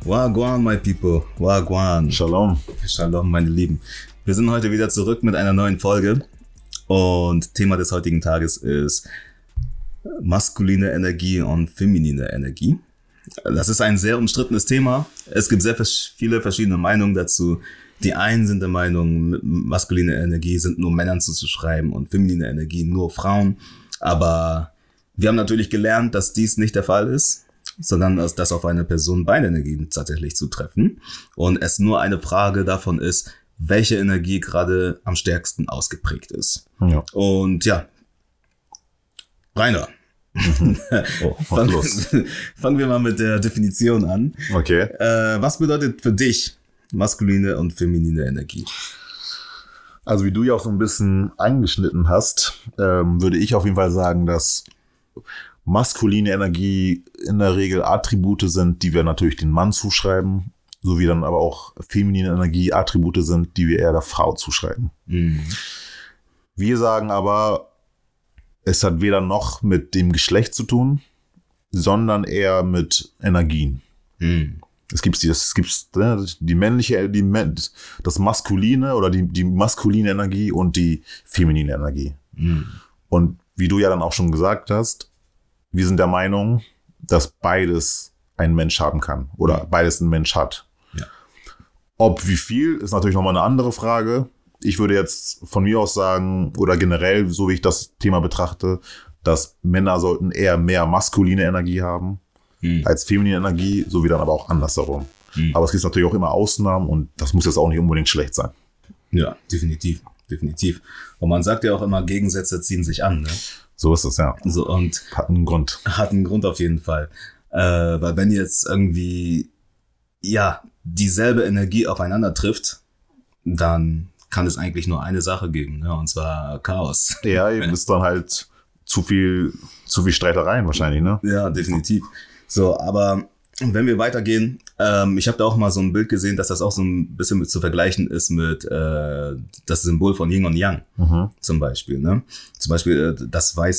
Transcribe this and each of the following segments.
Wagwan, my people. Wagwan. Shalom. Shalom, meine Lieben. Wir sind heute wieder zurück mit einer neuen Folge. Und Thema des heutigen Tages ist maskuline Energie und feminine Energie. Das ist ein sehr umstrittenes Thema. Es gibt sehr viele verschiedene Meinungen dazu. Die einen sind der Meinung, maskuline Energie sind nur Männern zuzuschreiben und feminine Energie nur Frauen. Aber wir haben natürlich gelernt, dass dies nicht der Fall ist, sondern dass auf eine Person beide Energien tatsächlich zutreffen. Und es nur eine Frage davon ist, welche Energie gerade am stärksten ausgeprägt ist. Ja. Und ja, Rainer, fangen wir mal mit der Definition an. Okay. Was bedeutet für dich maskuline und feminine Energie? Also wie du ja auch so ein bisschen angeschnitten hast, würde ich auf jeden Fall sagen, dass maskuline Energie in der Regel Attribute sind, die wir natürlich dem Mann zuschreiben, sowie dann aber auch feminine Energie Attribute sind, die wir eher der Frau zuschreiben. Mhm. Wir sagen aber, es hat weder noch mit dem Geschlecht zu tun, sondern eher mit Energien. Mhm. Es gibt die männliche, das maskuline oder die maskuline Energie und die feminine Energie. Mhm. Und wie du ja dann auch schon gesagt hast, wir sind der Meinung, dass beides ein Mensch haben kann oder beides ein Mensch hat. Ja. Ob wie viel, ist natürlich nochmal eine andere Frage. Ich würde jetzt von mir aus sagen, oder generell, so wie ich das Thema betrachte, dass Männer sollten eher mehr maskuline Energie haben als feminine Energie, sowie dann aber auch andersherum. Aber es gibt natürlich auch immer Ausnahmen und das muss jetzt auch nicht unbedingt schlecht sein. Ja, definitiv. Und man sagt ja auch immer, Gegensätze ziehen sich an, ne? So ist es, ja. So, und hat einen Grund. Hat einen Grund auf jeden Fall. Weil wenn jetzt irgendwie, ja, dieselbe Energie aufeinander trifft, dann kann es eigentlich nur eine Sache geben, ne? Und zwar Chaos. Ja, eben ist dann halt zu viel Streitereien wahrscheinlich, ne? Ja, definitiv. So, aber wenn wir weitergehen, ich habe da auch mal so ein Bild gesehen, dass das auch so ein bisschen mit zu vergleichen ist mit das Symbol von Yin und Yang, zum Beispiel, ne? Zum Beispiel der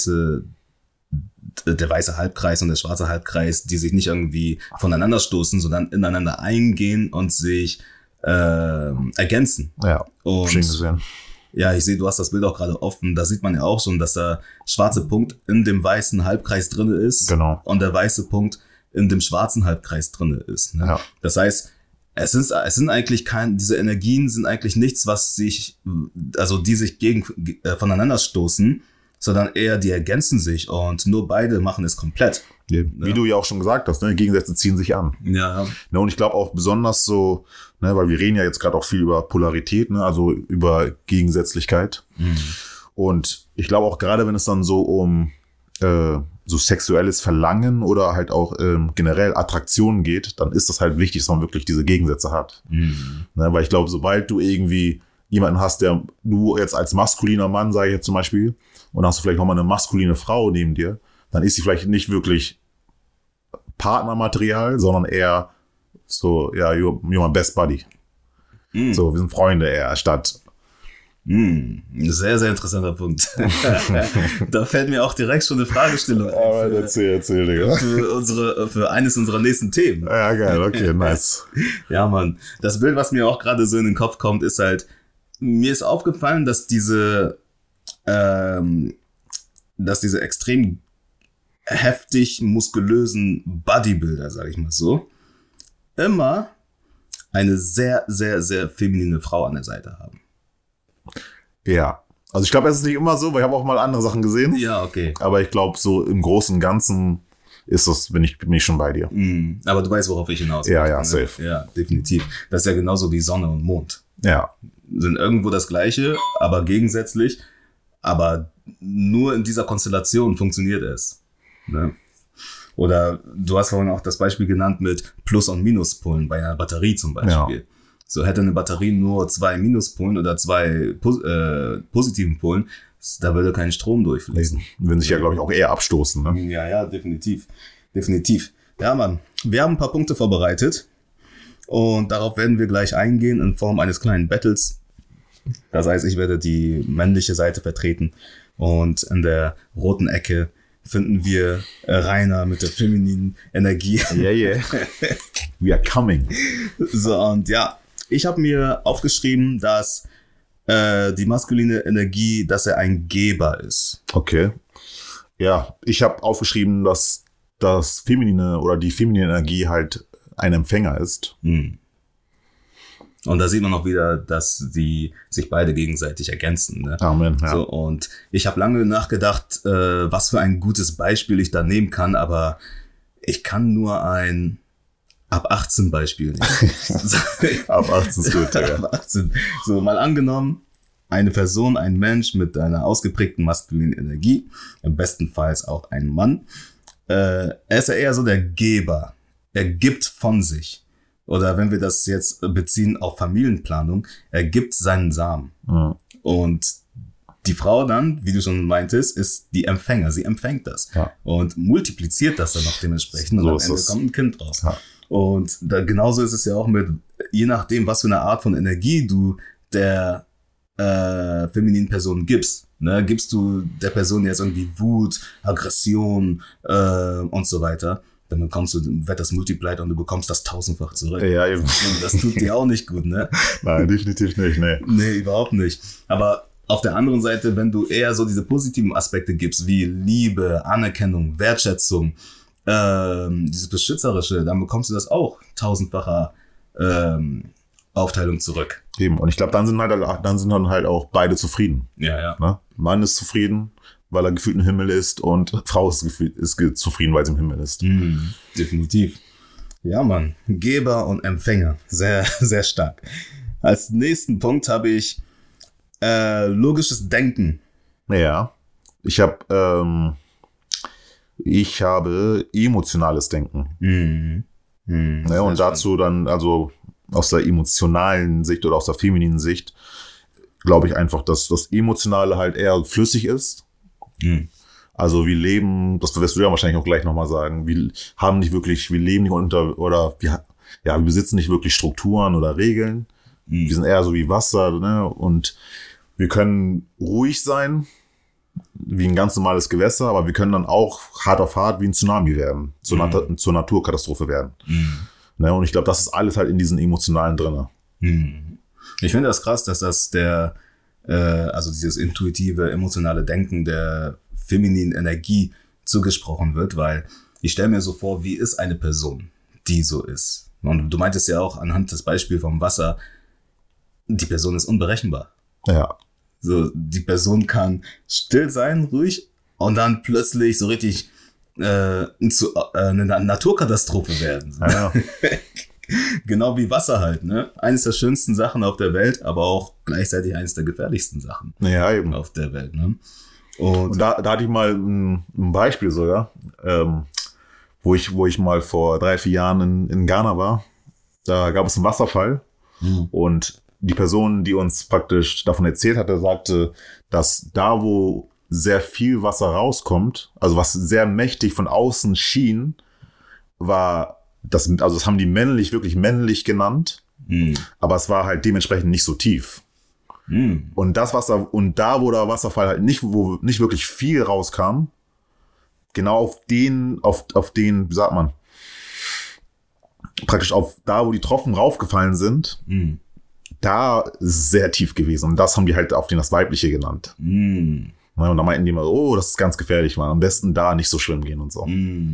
weiße Halbkreis und der schwarze Halbkreis, die sich nicht irgendwie voneinander stoßen, sondern ineinander eingehen und sich ergänzen. Ja, und schön gesehen. Ja, ich sehe, du hast das Bild auch gerade offen. Da sieht man ja auch schon, dass der schwarze Punkt in dem weißen Halbkreis drinne ist. Genau. Und der weiße Punkt in dem schwarzen Halbkreis drinne ist. Ne? Ja. Das heißt, es sind eigentlich diese Energien sind eigentlich nichts, die sich voneinander stoßen, sondern eher die ergänzen sich und nur beide machen es komplett. Ja, wie du ja auch schon gesagt hast, ne, Gegensätze ziehen sich an. Ja. Ne, und ich glaube auch besonders so, ne, weil wir reden ja jetzt gerade auch viel über Polarität, ne, also über Gegensätzlichkeit. Mhm. Und ich glaube auch gerade, wenn es dann so um so sexuelles Verlangen oder halt auch generell Attraktionen geht, dann ist das halt wichtig, dass man wirklich diese Gegensätze hat. Mhm. Ne, weil ich glaube, sobald du irgendwie jemanden hast, der du jetzt als maskuliner Mann, sage ich jetzt zum Beispiel, und hast du vielleicht nochmal eine maskuline Frau neben dir, dann ist sie vielleicht nicht wirklich Partnermaterial, sondern eher so, ja, you're my best buddy. Mm. So, wir sind Freunde eher, statt. Sehr, sehr interessanter Punkt. Da fällt mir auch direkt schon eine Fragestellung ein. Aber erzähl, Digga. Für eines unserer nächsten Themen. Ja, geil, okay, nice. Ja, Mann. Das Bild, was mir auch gerade so in den Kopf kommt, ist halt, mir ist aufgefallen, dass diese extrem heftig muskulösen Bodybuilder, sag ich mal so, immer eine sehr, sehr, sehr feminine Frau an der Seite haben. Ja, also ich glaube, es ist nicht immer so, weil ich habe auch mal andere Sachen gesehen. Ja, okay. Aber ich glaube, so im Großen und Ganzen bin ich schon bei dir. Aber du weißt, worauf ich hinaus will. Ja, safe. Ja, definitiv. Das ist ja genauso wie Sonne und Mond. Ja. Sind irgendwo das Gleiche, aber gegensätzlich. Aber nur in dieser Konstellation funktioniert es. Ne? Oder du hast vorhin auch das Beispiel genannt mit Plus- und Minuspolen bei einer Batterie zum Beispiel. Ja. So hätte eine Batterie nur 2 Minuspolen oder 2 positiven Polen, da würde kein Strom durchfließen. Würden sich ja, glaube ich, auch eher abstoßen. Ne? Ja, definitiv. Ja, Mann, wir haben ein paar Punkte vorbereitet und darauf werden wir gleich eingehen in Form eines kleinen Battles. Das heißt, ich werde die männliche Seite vertreten und in der roten Ecke finden wir Rainer mit der femininen Energie. Yeah. We are coming. So, und ja, ich habe mir aufgeschrieben, dass die maskuline Energie, dass er ein Geber ist. Okay. Ja, ich habe aufgeschrieben, dass das Feminine oder die feminine Energie halt ein Empfänger ist. Und da sieht man auch wieder, dass sie sich beide gegenseitig ergänzen. Ne? Amen. Ja. So, und ich habe lange nachgedacht, was für ein gutes Beispiel ich da nehmen kann, aber ich kann nur ein ab 18 Beispiel nehmen. Ab 18 ist gut, ja. Ab 18. So, mal angenommen, eine Person, ein Mensch mit einer ausgeprägten maskulinen Energie, im bestenfalls auch ein Mann, er ist ja eher so der Geber. Er gibt von sich. Oder wenn wir das jetzt beziehen auf Familienplanung, er gibt seinen Samen. Mhm. Und die Frau dann, wie du schon meintest, ist die Empfänger. Sie empfängt das und multipliziert das dann noch dementsprechend. Und am Ende kommt ein Kind raus. Ja. Und genauso ist es ja auch mit, je nachdem, was für eine Art von Energie du der femininen Person gibst. Ne? Gibst du der Person jetzt irgendwie Wut, Aggression und so weiter, dann wird das multiplied und du bekommst das 1000-fach zurück. Ja, eben. Und das tut dir auch nicht gut, ne? Nein, definitiv nicht, ne. Nee, überhaupt nicht. Aber auf der anderen Seite, wenn du eher so diese positiven Aspekte gibst, wie Liebe, Anerkennung, Wertschätzung, dieses Beschützerische, dann bekommst du das auch 1000-facher Aufteilung zurück. Eben. Und ich glaube, dann sind dann halt auch beide zufrieden. Ja. Ne? Mann ist zufrieden, weil er gefühlt im Himmel ist, und Frau ist zufrieden, weil sie im Himmel ist. Definitiv. Ja, Mann. Geber und Empfänger. Sehr, sehr stark. Als nächsten Punkt habe ich logisches Denken. Ja. Ich habe emotionales Denken. Ja, und dazu dann, also aus der emotionalen Sicht oder aus der femininen Sicht, glaube ich einfach, dass das Emotionale halt eher flüssig ist. Also wir leben, das wirst du ja wahrscheinlich auch gleich nochmal sagen, wir leben nicht unter, oder wir besitzen nicht wirklich Strukturen oder Regeln. Wir sind eher so wie Wasser, ne? Und wir können ruhig sein, wie ein ganz normales Gewässer, aber wir können dann auch hart auf hart wie ein Tsunami werden, zur Naturkatastrophe werden. Ne? Und ich glaube, das ist alles halt in diesen Emotionalen drin. Ich finde das krass, dass das also dieses intuitive, emotionale Denken der femininen Energie zugesprochen wird, weil ich stelle mir so vor, wie ist eine Person, die so ist? Und du meintest ja auch anhand des Beispiels vom Wasser, die Person ist unberechenbar. Ja. So, die Person kann still sein, ruhig, und dann plötzlich so richtig eine Naturkatastrophe werden. Ja. Genau wie Wasser halt, ne? Eines der schönsten Sachen auf der Welt, aber auch gleichzeitig eines der gefährlichsten Sachen eben auf der Welt, ne? Und da hatte ich mal ein Beispiel sogar, wo ich mal vor 3-4 Jahren in Ghana war. Da gab es einen Wasserfall und die Person, die uns praktisch davon erzählt hatte, sagte, dass da, wo sehr viel Wasser rauskommt, also was sehr mächtig von außen schien, war das, also das haben die wirklich männlich genannt, aber es war halt dementsprechend nicht so tief. Und das Wasser, und da, wo der Wasserfall halt wo nicht wirklich viel rauskam, genau auf den, wie sagt man, praktisch auf da, wo die Tropfen raufgefallen sind, da ist es sehr tief gewesen. Und das haben die halt auf das Weibliche genannt. Und da meinten die mal, oh, das ist ganz gefährlich, man. Am besten da nicht so schwimmen gehen und so.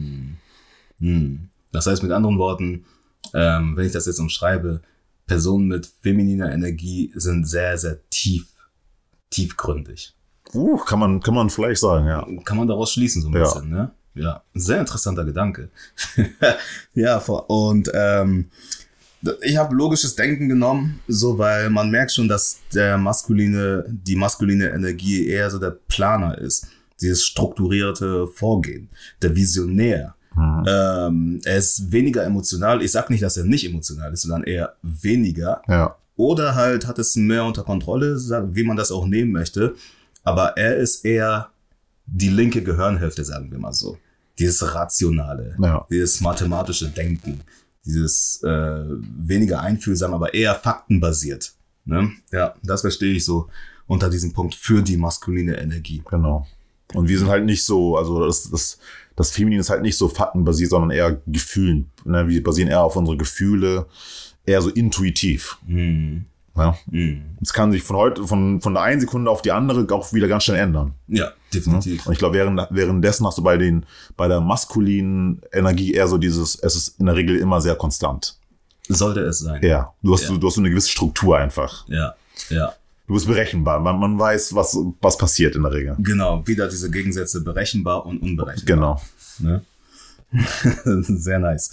Das heißt mit anderen Worten, wenn ich das jetzt umschreibe, Personen mit femininer Energie sind sehr, sehr tiefgründig. Kann man vielleicht sagen, ja. Kann man daraus schließen so ein bisschen, ne? Ja, sehr interessanter Gedanke. Ja, und ich habe logisches Denken genommen, so, weil man merkt schon, dass die maskuline Energie eher so der Planer ist. Dieses strukturierte Vorgehen, der Visionär. Er ist weniger emotional. Ich sag nicht, dass er nicht emotional ist, sondern eher weniger. Ja. Oder halt hat es mehr unter Kontrolle, wie man das auch nehmen möchte. Aber er ist eher die linke Gehirnhälfte, sagen wir mal so. Dieses Rationale, dieses mathematische Denken. Dieses weniger einfühlsam, aber eher faktenbasiert. Ne? Ja, das verstehe ich so unter diesem Punkt für die maskuline Energie. Genau. Und wir sind halt nicht so, also das Feminin ist halt nicht so faktenbasiert, sondern eher Gefühlen. Ne? Wir basieren eher auf unsere Gefühle, eher so intuitiv. Ja? Es kann sich von der einen Sekunde auf die andere auch wieder ganz schnell ändern. Ja, definitiv. Und ich glaube, währenddessen hast du bei der maskulinen Energie eher so es ist in der Regel immer sehr konstant. Sollte es sein. Ja, du hast so eine gewisse Struktur einfach. Ja. Du bist berechenbar. Man weiß, was passiert in der Regel. Genau, wieder diese Gegensätze berechenbar und unberechenbar. Genau. Ne? Sehr nice.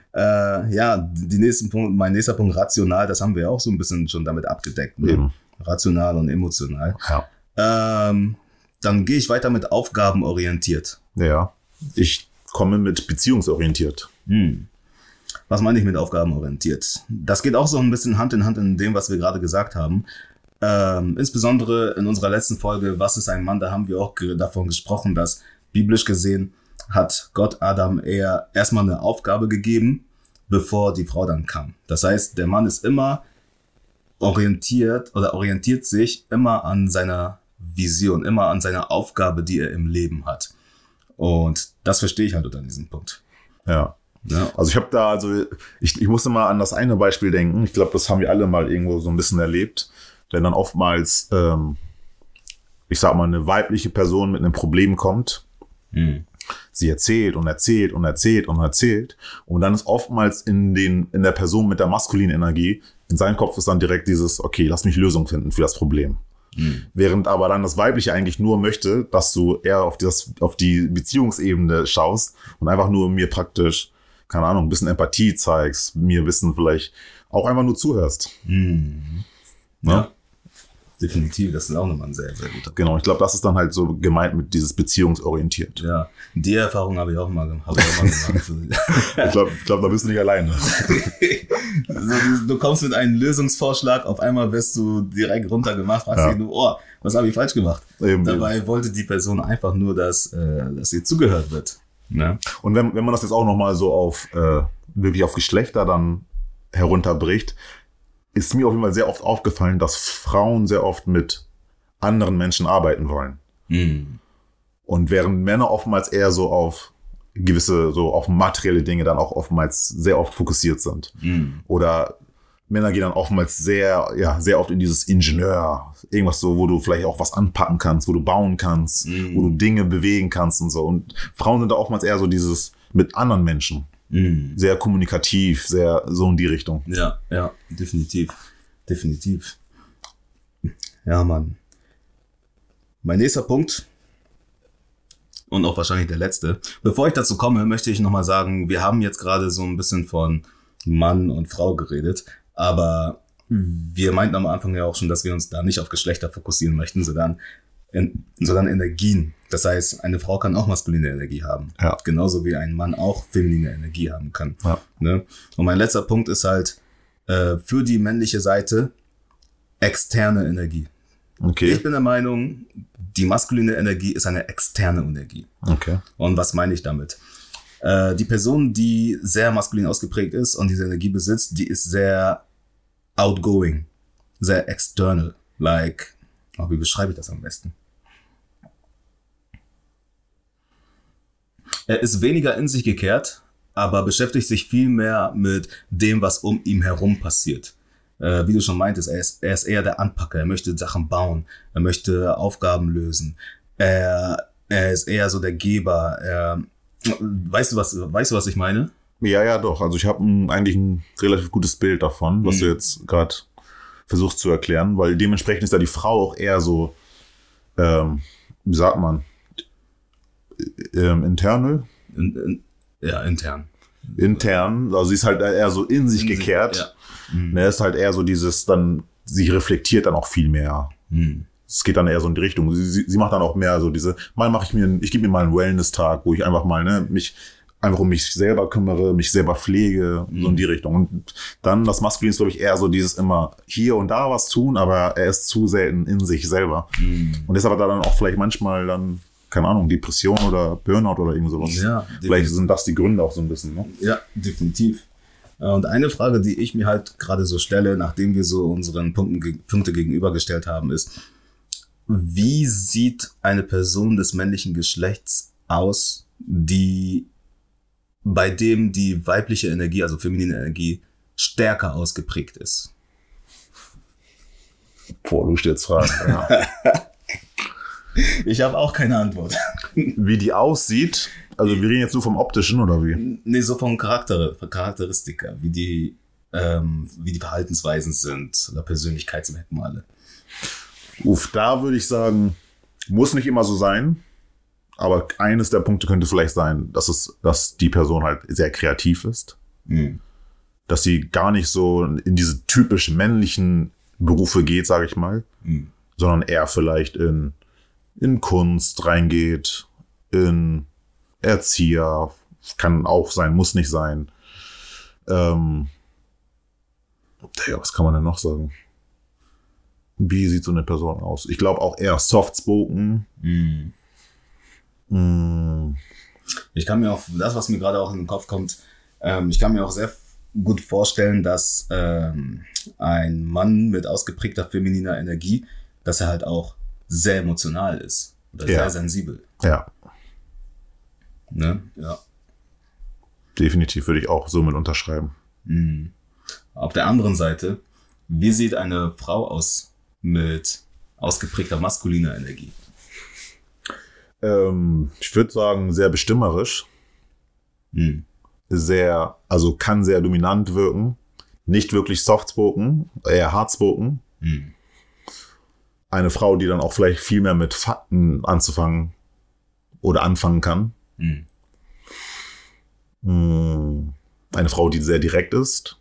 Mein nächster Punkt, rational, das haben wir ja auch so ein bisschen schon damit abgedeckt. Ne? Eben. Rational und emotional. Ja. Dann gehe ich weiter mit aufgabenorientiert. Ja. Ich komme mit beziehungsorientiert. Was meine ich mit aufgabenorientiert? Das geht auch so ein bisschen Hand in Hand in dem, was wir gerade gesagt haben. Insbesondere in unserer letzten Folge, was ist ein Mann, da haben wir auch davon gesprochen, dass biblisch gesehen hat Gott Adam eher erstmal eine Aufgabe gegeben, bevor die Frau dann kam. Das heißt, der Mann ist immer orientiert sich immer an seiner Vision, immer an seiner Aufgabe, die er im Leben hat. Und das verstehe ich halt unter diesem Punkt. Ja. Also ich musste mal an das eine Beispiel denken. Ich glaube, das haben wir alle mal irgendwo so ein bisschen erlebt. Wenn dann oftmals, ich sag mal, eine weibliche Person mit einem Problem kommt, sie erzählt und erzählt und erzählt und erzählt, und dann ist oftmals in der Person mit der maskulinen Energie, in seinem Kopf ist dann direkt dieses, okay, lass mich Lösung finden für das Problem. Während aber dann das Weibliche eigentlich nur möchte, dass du eher auf die Beziehungsebene schaust und einfach nur mir praktisch, keine Ahnung, ein bisschen Empathie zeigst, mir ein bisschen vielleicht auch einfach nur zuhörst. Ja, definitiv. Das ist auch nochmal ein sehr, sehr guter Punkt. Genau, ich glaube, das ist dann halt so gemeint mit dieses beziehungsorientiert. Ja, die Erfahrung habe ich auch mal gemacht. Ich glaube, da bist du nicht alleine. Du kommst mit einem Lösungsvorschlag, auf einmal wirst du direkt runtergemacht, fragst dich nur, was habe ich falsch gemacht? Dabei wollte die Person einfach nur, dass ihr zugehört wird. Ne? Und wenn man das jetzt auch nochmal so wirklich auf Geschlechter dann herunterbricht, ist mir auf jeden Fall sehr oft aufgefallen, dass Frauen sehr oft mit anderen Menschen arbeiten wollen. Und während Männer oftmals eher so auf auf materielle Dinge dann auch oftmals sehr oft fokussiert sind. Oder Männer gehen dann oftmals sehr oft in dieses Ingenieur, irgendwas so, wo du vielleicht auch was anpacken kannst, wo du bauen kannst, wo du Dinge bewegen kannst und so. Und Frauen sind da oftmals eher so dieses mit anderen Menschen. Sehr kommunikativ, sehr so in die Richtung. Ja, definitiv. Ja, Mann. Mein nächster Punkt und auch wahrscheinlich der letzte. Bevor ich dazu komme, möchte ich nochmal sagen, wir haben jetzt gerade so ein bisschen von Mann und Frau geredet, aber wir meinten am Anfang ja auch schon, dass wir uns da nicht auf Geschlechter fokussieren möchten, sondern Energien. Das heißt, eine Frau kann auch maskuline Energie haben. Ja. Genauso wie ein Mann auch feminine Energie haben kann. Ja. Ne? Und mein letzter Punkt ist halt für die männliche Seite externe Energie. Okay. Ich bin der Meinung, die maskuline Energie ist eine externe Energie. Okay. Und was meine ich damit? Die Person, die sehr maskulin ausgeprägt ist und diese Energie besitzt, die ist sehr outgoing, sehr external. Wie beschreibe ich das am besten? Er ist weniger in sich gekehrt, aber beschäftigt sich viel mehr mit dem, was um ihn herum passiert. Wie du schon meintest, er ist eher der Anpacker, er möchte Sachen bauen, er möchte Aufgaben lösen, er ist eher so der Geber. Weißt du, was ich meine? Ja, doch. Also ich habe eigentlich ein relativ gutes Bild davon, was du jetzt gerade versuchst zu erklären, weil dementsprechend ist da die Frau auch eher so, wie sagt man, internal? Intern. Intern, also sie ist halt eher so in sich gekehrt. Ja. Ne, ist halt eher so dieses, dann, sie reflektiert dann auch viel mehr. Es geht dann eher so in die Richtung. Sie macht dann auch mehr so diese, ich gebe mir mal einen Wellness-Tag, wo ich einfach mal, mich einfach um mich selber kümmere, mich selber pflege, so in die Richtung. Und dann das Maskulin ist, glaube ich, eher so dieses immer hier und da was tun, aber er ist zu selten in sich selber. Und deshalb hat er dann auch vielleicht manchmal dann, keine Ahnung, Depression oder Burnout oder irgend sowas. Ja, vielleicht sind das die Gründe auch so ein bisschen, ne? Ja, definitiv. Und eine Frage, die ich mir halt gerade so stelle, nachdem wir so unseren Punkte gegenübergestellt haben, ist, wie sieht eine Person des männlichen Geschlechts aus, bei dem die weibliche Energie, also feminine Energie, stärker ausgeprägt ist? Boah, du stellst Fragen. Ja. Ich habe auch keine Antwort. Wie die aussieht, also wir reden jetzt nur vom Optischen oder wie? Nee, so von Charakteristika, wie die Verhaltensweisen sind oder Persönlichkeitsmerkmale. Da würde ich sagen, muss nicht immer so sein, aber eines der Punkte könnte vielleicht sein, dass die Person halt sehr kreativ ist, dass sie gar nicht so in diese typisch männlichen Berufe geht, sage ich mal, sondern eher vielleicht in Kunst reingeht, in Erzieher, kann auch sein, muss nicht sein. Was kann man denn noch sagen? Wie sieht so eine Person aus? Ich glaube auch eher soft-spoken. Ich kann mir auch, das, was mir gerade auch in den Kopf kommt, ich kann mir auch sehr gut vorstellen, dass ein Mann mit ausgeprägter femininer Energie, dass er halt auch sehr emotional ist oder sehr sensibel. Ja. Ne? Ja. Definitiv würde ich auch so mit unterschreiben. Auf der anderen Seite, wie sieht eine Frau aus mit ausgeprägter maskuliner Energie? Ich würde sagen, sehr bestimmerisch. Kann sehr dominant wirken. Nicht wirklich soft-spoken, eher hard-spoken. Eine Frau, die dann auch vielleicht viel mehr mit Fakten anfangen kann. Eine Frau, die sehr direkt ist.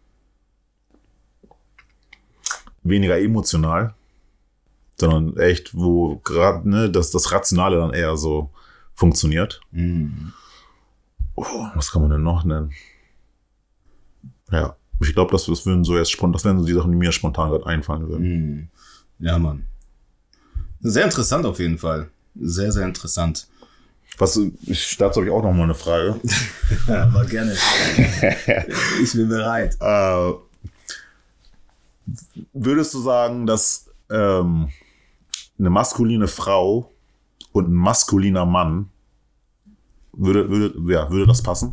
Weniger emotional, sondern echt, wo gerade das Rationale dann eher so funktioniert. Was kann man denn noch nennen? Ja, ich glaube, das wären so die Sachen, die mir spontan gerade einfallen würden. Ja, Mann. Sehr interessant auf jeden Fall. Sehr, sehr interessant. Dazu habe ich auch noch mal eine Frage. Ja, aber gerne. Ich bin bereit. Würdest du sagen, dass eine maskuline Frau und ein maskuliner Mann würde das passen?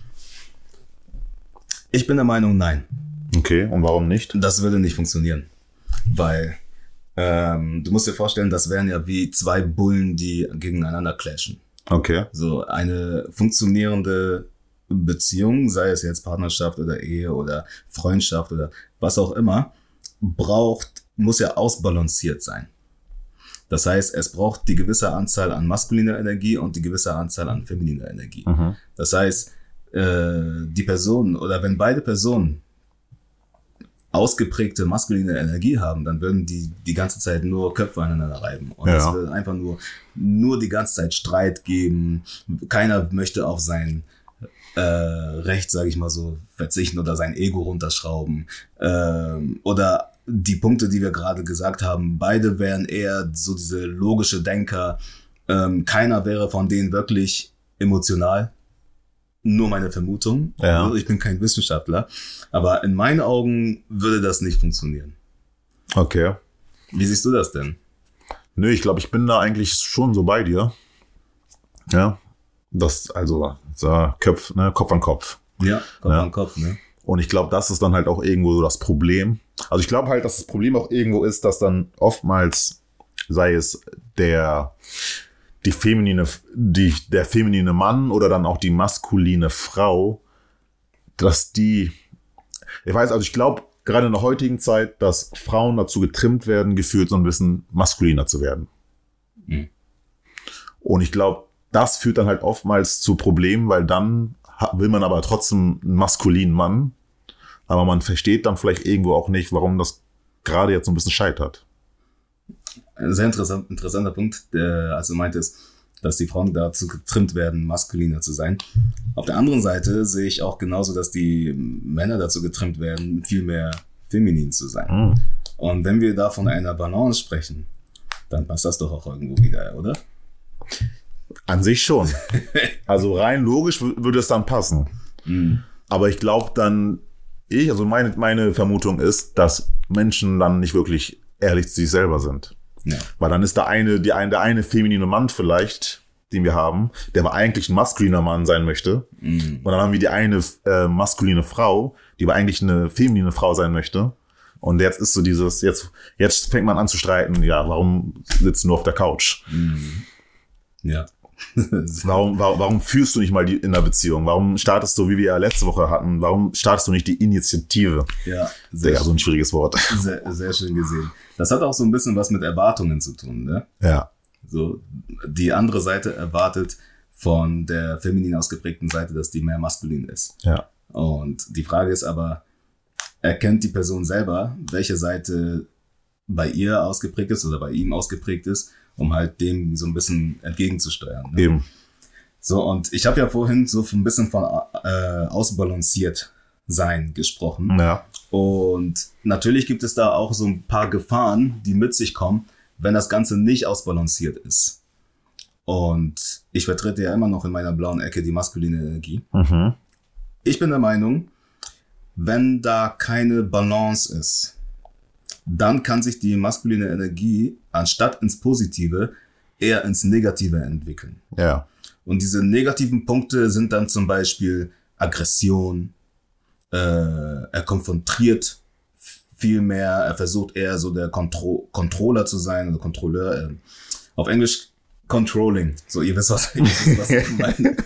Ich bin der Meinung, nein. Okay, und warum nicht? Das würde nicht funktionieren. Weil du musst dir vorstellen, das wären ja wie zwei Bullen, die gegeneinander clashen. Okay. So eine funktionierende Beziehung, sei es jetzt Partnerschaft oder Ehe oder Freundschaft oder was auch immer, muss ja ausbalanciert sein. Das heißt, es braucht die gewisse Anzahl an maskuliner Energie und die gewisse Anzahl an femininer Energie. Das heißt, die Person oder wenn beide Personen ausgeprägte maskuline Energie haben, dann würden die ganze Zeit nur Köpfe aneinander reiben. Und es würde einfach nur die ganze Zeit Streit geben. Keiner möchte auf sein Recht, sage ich mal so, verzichten oder sein Ego runterschrauben. Oder die Punkte, die wir gerade gesagt haben, beide wären eher so diese logische Denker. Keiner wäre von denen wirklich emotional. Nur meine Vermutung. Ja. Ich bin kein Wissenschaftler. Aber in meinen Augen würde das nicht funktionieren. Okay. Wie siehst du das denn? Nö, ich glaube, ich bin da eigentlich schon so bei dir. Ja. Kopf an Kopf. Ja, Kopf an Kopf, ne? Und ich glaube, das ist dann halt auch irgendwo so das Problem. Also ich glaube halt, dass das Problem auch irgendwo ist, dass dann oftmals, sei es der feminine Mann oder dann auch die maskuline Frau, ich glaube gerade in der heutigen Zeit, dass Frauen dazu getrimmt werden, gefühlt so ein bisschen maskuliner zu werden. Und ich glaube, das führt dann halt oftmals zu Problemen, weil dann will man aber trotzdem einen maskulinen Mann, aber man versteht dann vielleicht irgendwo auch nicht, warum das gerade jetzt so ein bisschen scheitert. Ein sehr interessanter Punkt, als du meintest, dass die Frauen dazu getrimmt werden, maskuliner zu sein. Auf der anderen Seite sehe ich auch genauso, dass die Männer dazu getrimmt werden, viel mehr feminin zu sein. Und wenn wir da von einer Balance sprechen, dann passt das doch auch irgendwo wieder, oder? An sich schon. Also rein logisch würde es dann passen. Aber ich glaube dann, meine Vermutung ist, dass Menschen dann nicht wirklich ehrlich zu sich selber sind. Ja. Weil dann ist der eine feminine Mann vielleicht, den wir haben, der aber eigentlich ein maskuliner Mann sein möchte. Und dann haben wir die eine maskuline Frau, die aber eigentlich eine feminine Frau sein möchte. Und jetzt ist so dieses, jetzt fängt man an zu streiten, ja, warum sitzt du nur auf der Couch? Ja. Warum führst du nicht mal in der Beziehung? Warum startest du, wie wir ja letzte Woche hatten, warum startest du nicht die Initiative? Ja, so ein schwieriges Wort. Sehr, sehr schön gesehen. Das hat auch so ein bisschen was mit Erwartungen zu tun, ne? Ja. So, die andere Seite erwartet von der feminin ausgeprägten Seite, dass die mehr maskulin ist. Ja. Und die Frage ist aber, erkennt die Person selber, welche Seite bei ihr ausgeprägt ist oder bei ihm ausgeprägt ist, um halt dem so ein bisschen entgegenzusteuern. Ne? Eben. So, und ich habe ja vorhin so ein bisschen von ausbalanciert sein gesprochen. Ja. Und natürlich gibt es da auch so ein paar Gefahren, die mit sich kommen, wenn das Ganze nicht ausbalanciert ist. Und ich vertrete ja immer noch in meiner blauen Ecke die maskuline Energie. Mhm. Ich bin der Meinung, wenn da keine Balance ist, dann kann sich die maskuline Energie anstatt ins Positive eher ins Negative entwickeln. Ja. Und diese negativen Punkte sind dann zum Beispiel Aggression, er konfrontiert viel mehr, er versucht eher so der Controller zu sein oder Kontrolleur, auf Englisch Controlling, so ihr wisst, was ich meine.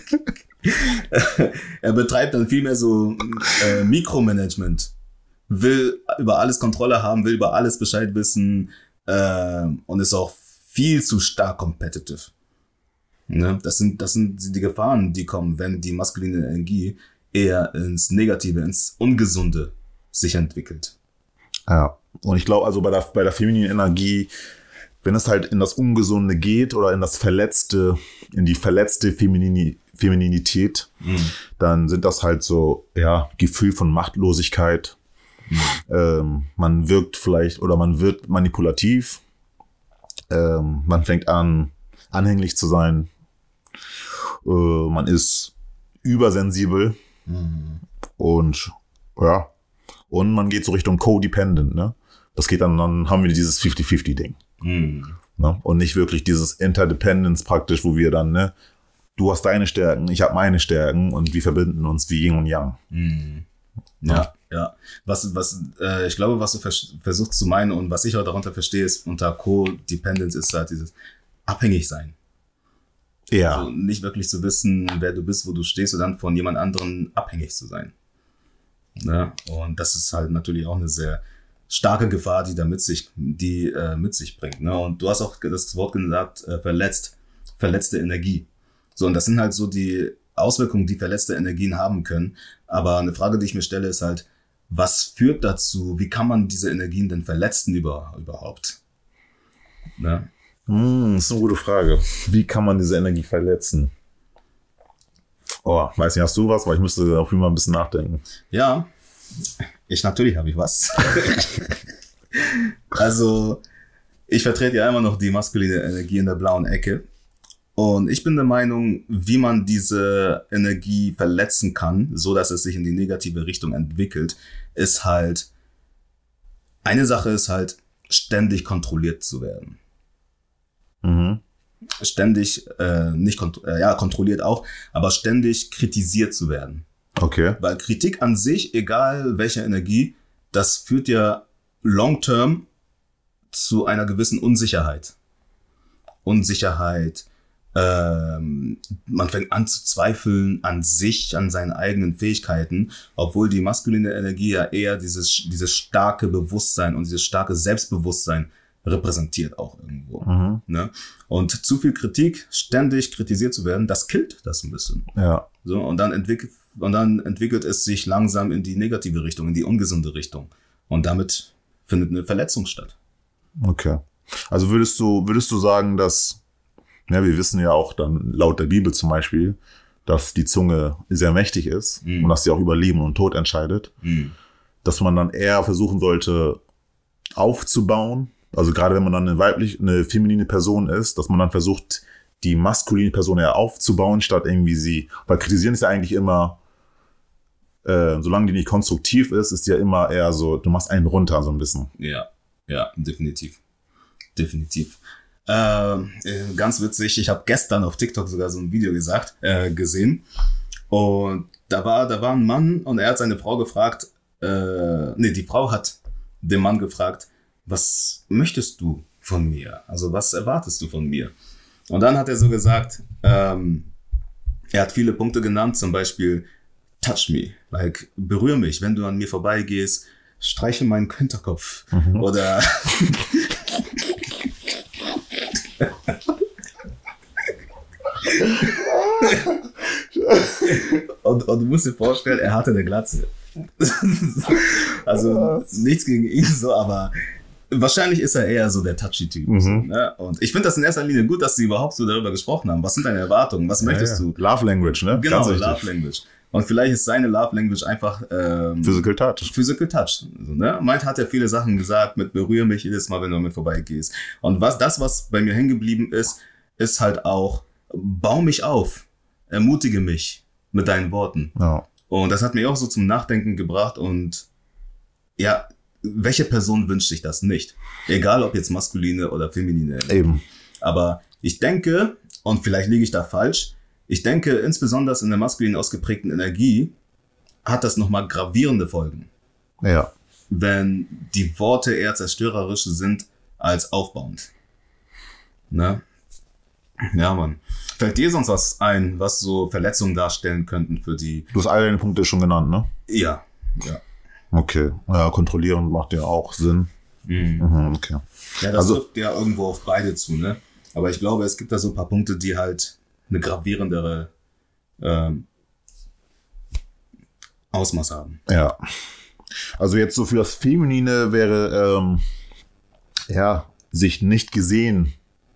Er betreibt dann viel mehr so Mikromanagement, will über alles Kontrolle haben, will über alles Bescheid wissen und ist auch viel zu stark competitive. Ne? Das sind die Gefahren, die kommen, wenn die maskuline Energie eher ins Negative, ins Ungesunde sich entwickelt. Ja. Und ich glaube, also bei der femininen Energie, wenn es halt in das Ungesunde geht oder in die verletzte Femininität, dann sind das halt so, ja, Gefühl von Machtlosigkeit. Man wirkt vielleicht oder man wird manipulativ. Man fängt an, anhänglich zu sein. Man ist übersensibel. Und ja, und man geht so Richtung Codependent, ne? Das geht dann haben wir dieses 50-50-Ding. Ne? Und nicht wirklich dieses Interdependence praktisch, wo wir dann, ne, du hast deine Stärken, ich habe meine Stärken und wir verbinden uns wie Yin und Yang. Ja. Ich glaube, was du versuchst zu meinen und was ich auch darunter verstehe, ist unter Codependence ist halt dieses Abhängigsein. Ja. Also nicht wirklich zu wissen, wer du bist, wo du stehst und dann von jemand anderen abhängig zu sein. Ne? Und das ist halt natürlich auch eine sehr starke Gefahr, die mit sich bringt. Ne? Und du hast auch das Wort gesagt, verletzte Energie. So, und das sind halt so die Auswirkungen, die verletzte Energien haben können. Aber eine Frage, die ich mir stelle, ist halt, was führt dazu? Wie kann man diese Energien denn verletzen überhaupt? Ne? Das ist eine gute Frage. Wie kann man diese Energie verletzen? Oh, weiß nicht, hast du was? Weil ich müsste auf jeden Fall ein bisschen nachdenken. Ja, natürlich habe ich was. Also, ich vertrete ja immer noch die maskuline Energie in der blauen Ecke. Und ich bin der Meinung, wie man diese Energie verletzen kann, so dass es sich in die negative Richtung entwickelt, ist halt, eine Sache ist halt, ständig kontrolliert zu werden. Ständig, kontrolliert auch, aber ständig kritisiert zu werden. Okay. Weil Kritik an sich, egal welche Energie, das führt ja long-term zu einer gewissen Unsicherheit. Man fängt an zu zweifeln an sich, an seinen eigenen Fähigkeiten, obwohl die maskuline Energie ja eher dieses starke Bewusstsein und dieses starke Selbstbewusstsein repräsentiert auch irgendwo. Ne? Und zu viel Kritik, ständig kritisiert zu werden, das killt das ein bisschen. Ja. So, und dann entwickelt es sich langsam in die negative Richtung, in die ungesunde Richtung. Und damit findet eine Verletzung statt. Okay. Also würdest du sagen, dass, ja, wir wissen ja auch dann laut der Bibel zum Beispiel, dass die Zunge sehr mächtig ist und dass sie auch über Leben und Tod entscheidet, dass man dann eher versuchen sollte aufzubauen, also gerade wenn man dann eine feminine Person ist, dass man dann versucht, die maskuline Person eher aufzubauen, statt irgendwie weil kritisieren ist ja eigentlich immer, solange die nicht konstruktiv ist die ja immer eher so, du machst einen runter so ein bisschen. Ja, definitiv. definitiv. Ganz witzig, ich habe gestern auf TikTok sogar so ein Video gesehen. Und da war ein Mann und er hat seine Frau gefragt, die Frau hat den Mann gefragt, was möchtest du von mir? Also was erwartest du von mir? Und dann hat er so gesagt, er hat viele Punkte genannt, zum Beispiel touch me, like berühr mich, wenn du an mir vorbeigehst, streiche meinen Hinterkopf oder und du musst dir vorstellen, er hatte eine Glatze. Also nichts gegen ihn so, aber wahrscheinlich ist er eher so der Touchy-Typ. So, ne? Und ich finde das in erster Linie gut, dass sie überhaupt so darüber gesprochen haben. Was sind deine Erwartungen? Was möchtest du? Love Language, ne? Genau, Love Language. Und vielleicht ist seine Love Language einfach Physical Touch. Physical Touch. So, ne? Meint hat er viele Sachen gesagt, mit berühre mich jedes Mal, wenn du an mir vorbeigehst. Und was bei mir hängen geblieben ist halt auch, bau mich auf, ermutige mich mit deinen Worten. Ja. Und das hat mich auch so zum Nachdenken gebracht und ja, welche Person wünscht sich das nicht? Egal, ob jetzt maskuline oder feminine. Eben. Aber ich denke, und vielleicht liege ich da falsch, ich denke, insbesondere in der maskulin ausgeprägten Energie hat das nochmal gravierende Folgen. Ja. Wenn die Worte eher zerstörerisch sind als aufbauend. Ne? Ja, Mann. Fällt dir sonst was ein, was so Verletzungen darstellen könnten für die... Du hast alle deine Punkte schon genannt, ne? Ja. Okay. Ja, kontrollieren macht ja auch Sinn. Okay. Ja, das trifft ja irgendwo auf beide zu, ne? Aber ich glaube, es gibt da so ein paar Punkte, die halt eine gravierendere Ausmaß haben. Ja. Also jetzt so für das Feminine wäre, sich nicht gesehen,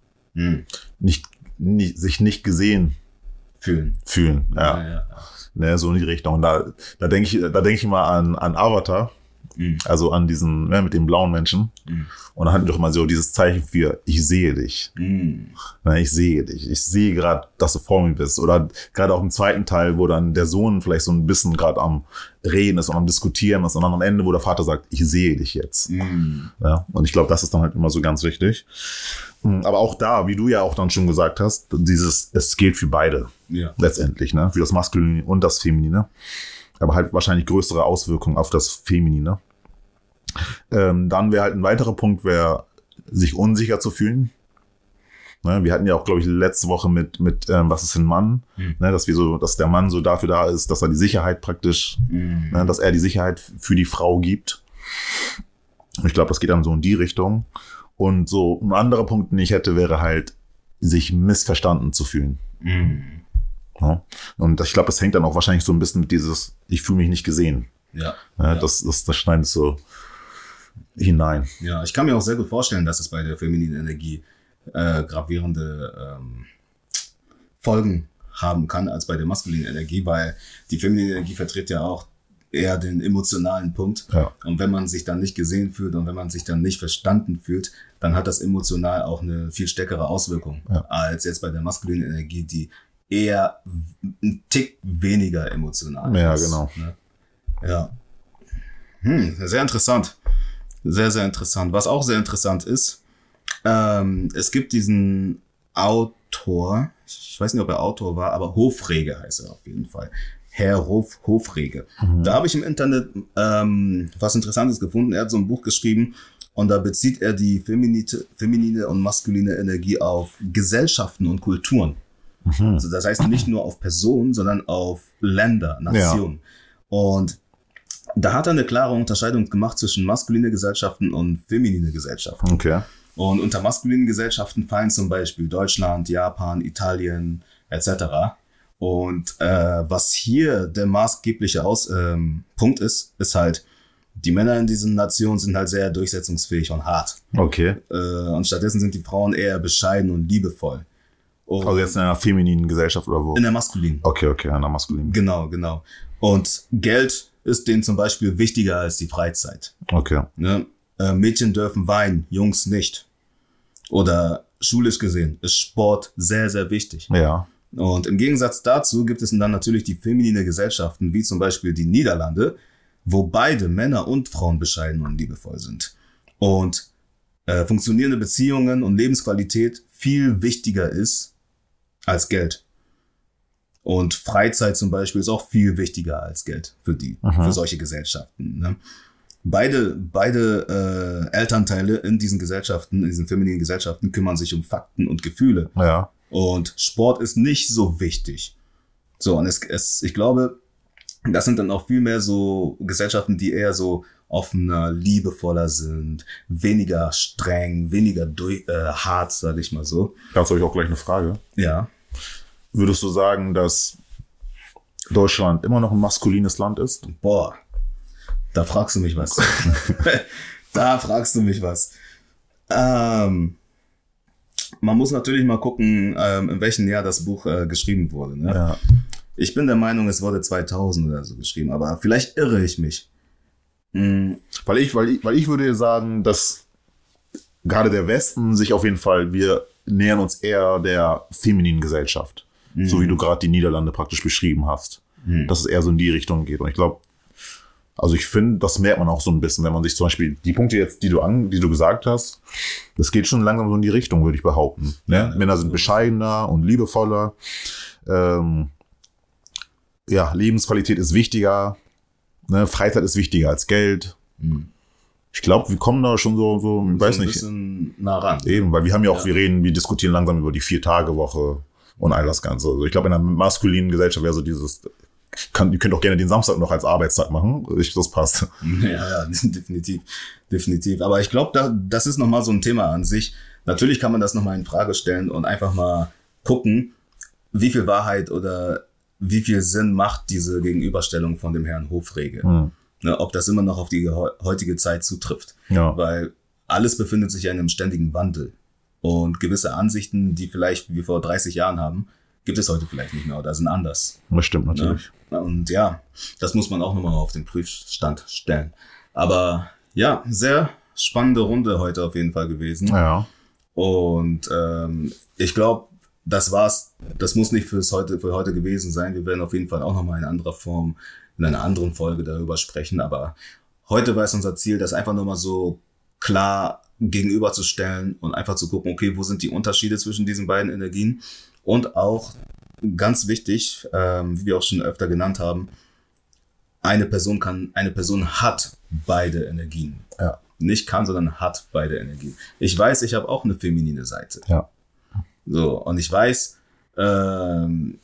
sich nicht gesehen fühlen. Ja. Ne, so in die Richtung. Und da denke ich mal an Avatar. Also an diesen, mit den blauen Menschen. Und dann hatten wir doch mal so dieses Zeichen für, ich sehe dich. Na, ich sehe dich. Ich sehe gerade, dass du vor mir bist. Oder gerade auch im zweiten Teil, wo dann der Sohn vielleicht so ein bisschen gerade am Reden ist und am Diskutieren ist. Und dann am Ende, wo der Vater sagt, ich sehe dich jetzt. Ja, und ich glaube, das ist dann halt immer so ganz wichtig. Aber auch da, wie du ja auch dann schon gesagt hast, es gilt für beide. Ja. Letztendlich, ne? Für das Maskuline und das Feminine. Aber halt wahrscheinlich größere Auswirkungen auf das Feminine. Dann wäre halt ein weiterer Punkt, sich unsicher zu fühlen. Ne, wir hatten ja auch, glaube ich, letzte Woche mit was ist ein Mann? Ne, dass der Mann so dafür da ist, dass er die Sicherheit praktisch, dass er die Sicherheit für die Frau gibt. Ich glaube, das geht dann so in die Richtung. Und so ein anderer Punkt, den ich hätte, wäre halt, sich missverstanden zu fühlen. Ja. Und ich glaube, das hängt dann auch wahrscheinlich so ein bisschen mit dieses, ich fühle mich nicht gesehen. Ja. Das schneidet so hinein. Ja, ich kann mir auch sehr gut vorstellen, dass es bei der femininen Energie gravierende Folgen haben kann als bei der maskulinen Energie, weil die feminine Energie vertritt ja auch eher den emotionalen Punkt. Ja. Und wenn man sich dann nicht gesehen fühlt und wenn man sich dann nicht verstanden fühlt, dann hat das emotional auch eine viel stärkere Auswirkung als jetzt bei der maskulinen Energie, die eher ein Tick weniger emotional ist. Ja, genau. Ne? Ja. Sehr interessant. Sehr, sehr interessant. Was auch sehr interessant ist, es gibt diesen Autor, ich weiß nicht, ob er Autor war, aber Hofrege heißt er auf jeden Fall. Herr Hofrege. Da habe ich im Internet was Interessantes gefunden. Er hat so ein Buch geschrieben und da bezieht er die feminine und maskuline Energie auf Gesellschaften und Kulturen. Also das heißt nicht nur auf Personen, sondern auf Länder, Nationen. Ja. Und da hat er eine klare Unterscheidung gemacht zwischen maskuline Gesellschaften und feminine Gesellschaften. Okay. Und unter maskulinen Gesellschaften fallen zum Beispiel Deutschland, Japan, Italien etc. Und was hier der maßgebliche Punkt ist halt, die Männer in diesen Nationen sind halt sehr durchsetzungsfähig und hart. Okay. Und stattdessen sind die Frauen eher bescheiden und liebevoll. Und also jetzt in einer femininen Gesellschaft oder wo? In der maskulinen. Okay, in der maskulinen. Genau. Und Geld ist denen zum Beispiel wichtiger als die Freizeit. Okay. Ne? Mädchen dürfen weinen, Jungs nicht. Oder schulisch gesehen ist Sport sehr, sehr wichtig. Ja. Und im Gegensatz dazu gibt es dann natürlich die feminine Gesellschaften, wie zum Beispiel die Niederlande, wo beide Männer und Frauen bescheiden und liebevoll sind. Und funktionierende Beziehungen und Lebensqualität viel wichtiger ist als Geld. Und Freizeit zum Beispiel ist auch viel wichtiger als Geld für solche Gesellschaften. Ne? Beide Elternteile in diesen Gesellschaften, in diesen femininen Gesellschaften, kümmern sich um Fakten und Gefühle. Ja. Und Sport ist nicht so wichtig. So, und ich glaube, das sind dann auch viel mehr so Gesellschaften, die eher so offener, liebevoller sind, weniger streng, weniger hart, sage ich mal so. Dazu habe ich auch gleich eine Frage. Ja. Würdest du sagen, dass Deutschland immer noch ein maskulines Land ist? Boah, da fragst du mich was. Da fragst du mich was. Man muss natürlich mal gucken, in welchem Jahr das Buch geschrieben wurde. Ne? Ja. Ich bin der Meinung, es wurde 2000 oder so geschrieben, aber vielleicht irre ich mich. Weil ich würde sagen, dass gerade der Westen sich auf jeden Fall, wir nähern uns eher der femininen Gesellschaft. So wie du gerade die Niederlande praktisch beschrieben hast. Dass es eher so in die Richtung geht. Und ich glaube, also ich finde, das merkt man auch so ein bisschen, wenn man sich zum Beispiel die Punkte jetzt, die du gesagt hast, das geht schon langsam so in die Richtung, würde ich behaupten. Ne? Ja, Männer sind bescheidener und liebevoller. Lebensqualität ist wichtiger. Ne? Freizeit ist wichtiger als Geld. Ich glaube, wir kommen da schon so ich weiß nicht. Ein bisschen nah ran. Eben, weil wir haben ja auch, wir diskutieren langsam über die 4-Tage-Woche und all das Ganze. Also ich glaube, in einer maskulinen Gesellschaft wäre so dieses, ihr könnt auch gerne den Samstag noch als Arbeitstag machen. Das passt. Ja, definitiv. Aber ich glaube, das ist nochmal so ein Thema an sich. Natürlich kann man das nochmal in Frage stellen und einfach mal gucken, wie viel Wahrheit oder wie viel Sinn macht diese Gegenüberstellung von dem Herrn Hofrege. Ne, ob das immer noch auf die heutige Zeit zutrifft. Ja. Weil alles befindet sich ja in einem ständigen Wandel. Und gewisse Ansichten, die vielleicht wir vor 30 Jahren haben, gibt es heute vielleicht nicht mehr oder sind anders. Das stimmt natürlich. Ne? Und ja, das muss man auch nochmal auf den Prüfstand stellen. Aber ja, sehr spannende Runde heute auf jeden Fall gewesen. Ja. Und ich glaube, das war's. Das muss nicht für heute gewesen sein. Wir werden auf jeden Fall auch nochmal in anderer Form, in einer anderen Folge darüber sprechen. Aber heute war es unser Ziel, das einfach nochmal so klar gegenüberzustellen und einfach zu gucken, okay, wo sind die Unterschiede zwischen diesen beiden Energien? Und auch ganz wichtig, wie wir auch schon öfter genannt haben, eine Person hat beide Energien. Ja. Nicht kann, sondern hat beide Energien. Ich weiß, ich habe auch eine feminine Seite. Ja. So, und ich weiß, eine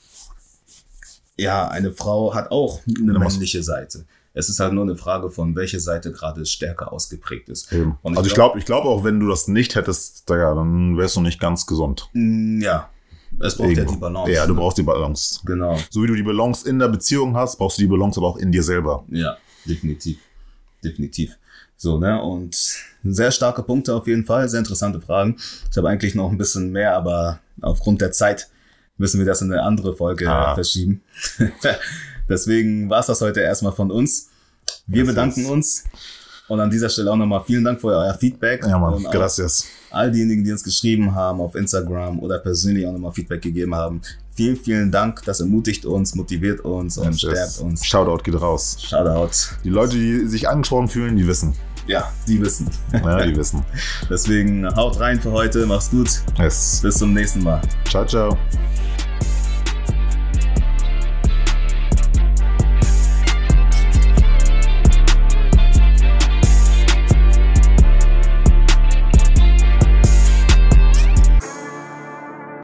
Frau hat auch eine männliche Seite. Es ist halt nur eine Frage von, welche Seite gerade stärker ausgeprägt ist. Eben. Und ich glaube auch, wenn du das nicht hättest, dann wärst du nicht ganz gesund. Ja, es braucht ja die Balance. Ja, du brauchst die Balance. Genau. So wie du die Balance in der Beziehung hast, brauchst du die Balance aber auch in dir selber. Ja, definitiv. So, ne, und sehr starke Punkte auf jeden Fall, sehr interessante Fragen. Ich habe eigentlich noch ein bisschen mehr, aber aufgrund der Zeit müssen wir das in eine andere Folge verschieben. Deswegen war es das heute erstmal von uns. Wir bedanken uns und an dieser Stelle auch nochmal vielen Dank für euer Feedback. Ja, Mann, und gracias. All diejenigen, die uns geschrieben haben auf Instagram oder persönlich auch nochmal Feedback gegeben haben. Vielen, vielen Dank. Das ermutigt uns, motiviert uns und stärkt uns. Shoutout geht raus. Shoutout. Die Leute, die sich angesprochen fühlen, die wissen. Ja, die wissen. Ja, die wissen. Deswegen haut rein für heute. Mach's gut. Yes. Bis zum nächsten Mal. Ciao, ciao.